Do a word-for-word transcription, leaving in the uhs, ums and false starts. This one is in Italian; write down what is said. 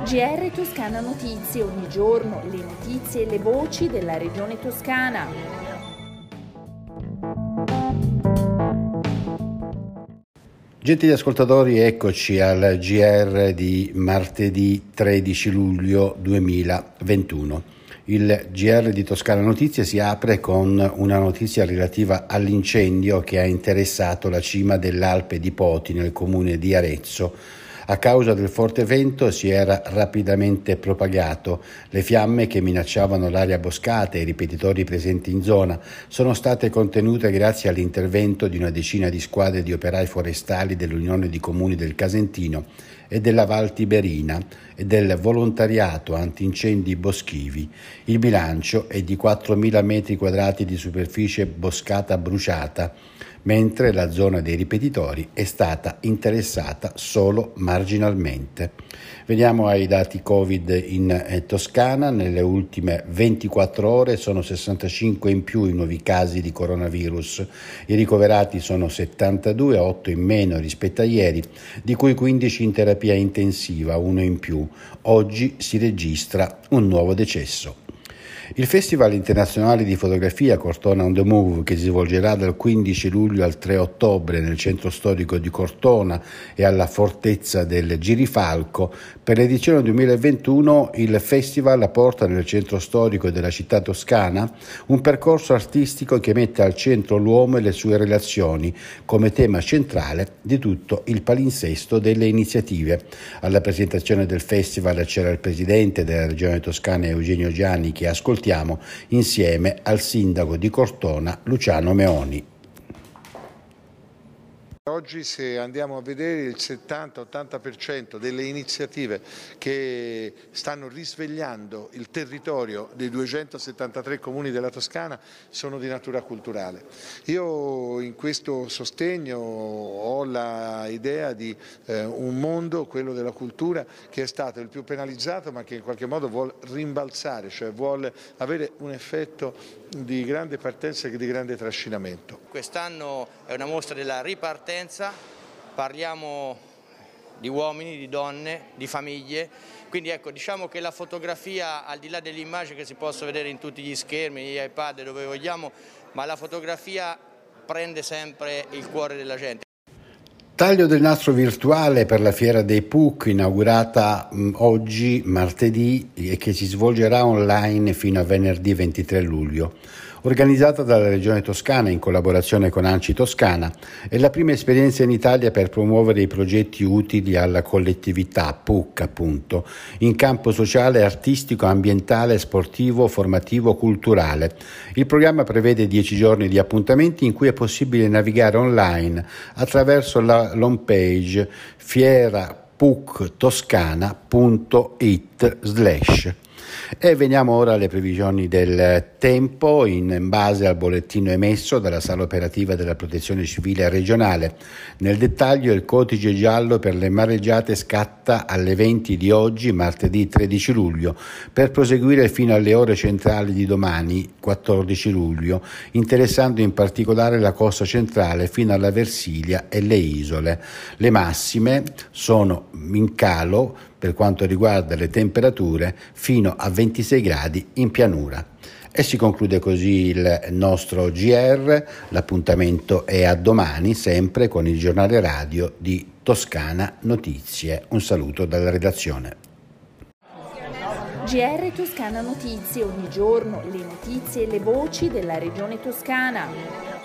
G R Toscana Notizie, ogni giorno le notizie e le voci della regione toscana. Gentili ascoltatori, eccoci al G R di martedì tredici luglio duemilaventuno. Il G R di Toscana Notizie si apre con una notizia relativa all'incendio che ha interessato la cima dell'Alpe di Poti nel comune di Arezzo. A causa del forte vento si era rapidamente propagato. Le fiamme che minacciavano l'area boscata e i ripetitori presenti in zona sono state contenute grazie all'intervento di una decina di squadre di operai forestali dell'Unione di Comuni del Casentino e della Val Tiberina e del volontariato antincendi boschivi. Il bilancio è di quattromila metri quadrati di superficie boscata bruciata, mentre la zona dei ripetitori è stata interessata solo marginalmente. Veniamo ai dati Covid in eh, Toscana. Nelle ultime ventiquattro ore sono sessantacinque in più i nuovi casi di coronavirus. I ricoverati sono settantadue, otto in meno rispetto a ieri, di cui quindici in terapia intensiva, uno in più. Oggi si registra un nuovo decesso. Il Festival internazionale di fotografia Cortona on the Move, che si svolgerà dal quindici luglio al tre ottobre nel centro storico di Cortona e alla fortezza del Girifalco, per l'edizione duemilaventuno il festival porta nel centro storico della città toscana un percorso artistico che mette al centro l'uomo e le sue relazioni come tema centrale di tutto il palinsesto delle iniziative. Alla presentazione del festival c'era il presidente della regione toscana Eugenio Gianni, che ascoltiamo insieme al sindaco di Cortona Luciano Meoni. Oggi, se andiamo a vedere, il settanta ottanta per cento delle iniziative che stanno risvegliando il territorio dei duecentosettantatré comuni della Toscana sono di natura culturale. Io in questo sostegno ho l'idea di eh, un mondo, quello della cultura, che è stato il più penalizzato ma che in qualche modo vuole rimbalzare, cioè vuole avere un effetto di grande partenza e di grande trascinamento. Quest'anno è una mostra della ripartenza. Parliamo di uomini, di donne, di famiglie, quindi ecco, diciamo che la fotografia, al di là delle immagini che si possono vedere in tutti gli schermi, gli iPad, dove vogliamo, ma la fotografia prende sempre il cuore della gente. Taglio del nastro virtuale per la Fiera dei P U C, inaugurata mh, oggi, martedì, e che si svolgerà online fino a venerdì ventitré luglio. Organizzata dalla Regione Toscana in collaborazione con ANCI Toscana, è la prima esperienza in Italia per promuovere i progetti utili alla collettività, P U C appunto, in campo sociale, artistico, ambientale, sportivo, formativo, culturale. Il programma prevede dieci giorni di appuntamenti in cui è possibile navigare online attraverso la l'home page fierapuctoscana punto it slash. E veniamo ora alle previsioni del tempo in base al bollettino emesso dalla sala operativa della Protezione Civile regionale. Nel dettaglio, il codice giallo per le mareggiate scatta alle venti di oggi, martedì tredici luglio, per proseguire fino alle ore centrali di domani, quattordici luglio, interessando in particolare la costa centrale fino alla Versilia e le isole. Le massime sono in calo per quanto riguarda le temperature, fino a ventisei gradi in pianura. E si conclude così il nostro G R. L'appuntamento è a domani, sempre con il giornale radio di Toscana Notizie. Un saluto dalla redazione. G R Toscana Notizie, ogni giorno le notizie e le voci della regione toscana.